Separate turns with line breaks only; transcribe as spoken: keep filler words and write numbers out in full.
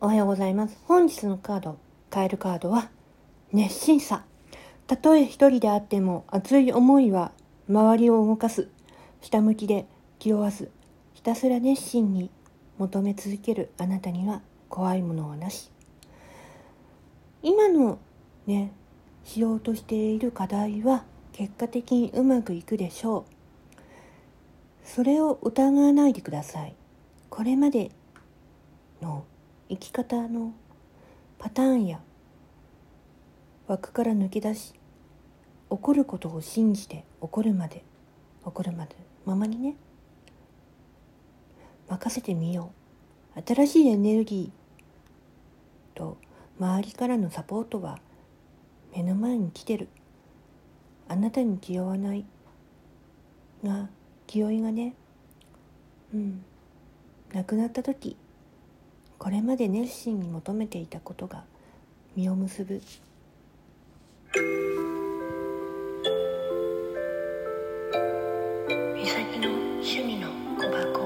おはようございます。本日のカード、変えるカードは熱心さ。たとえ一人であっても熱い思いは周りを動かす。ひたむきで気負わず、ひたすら熱心に求め続けるあなたには怖いものはなし。今のね、しようとしている課題は結果的にうまくいくでしょう。それを疑わないでください。これまでの生き方のパターンや枠から抜け出し、起こることを信じて起こるまで起こるまでままにね、任せてみよう。新しいエネルギーと周りからのサポートは目の前に来てる。あなたに気負わないが気負いがね、うんなくなった時、これまで熱心に求めていたことが実を結ぶ。美咲の趣味の小箱。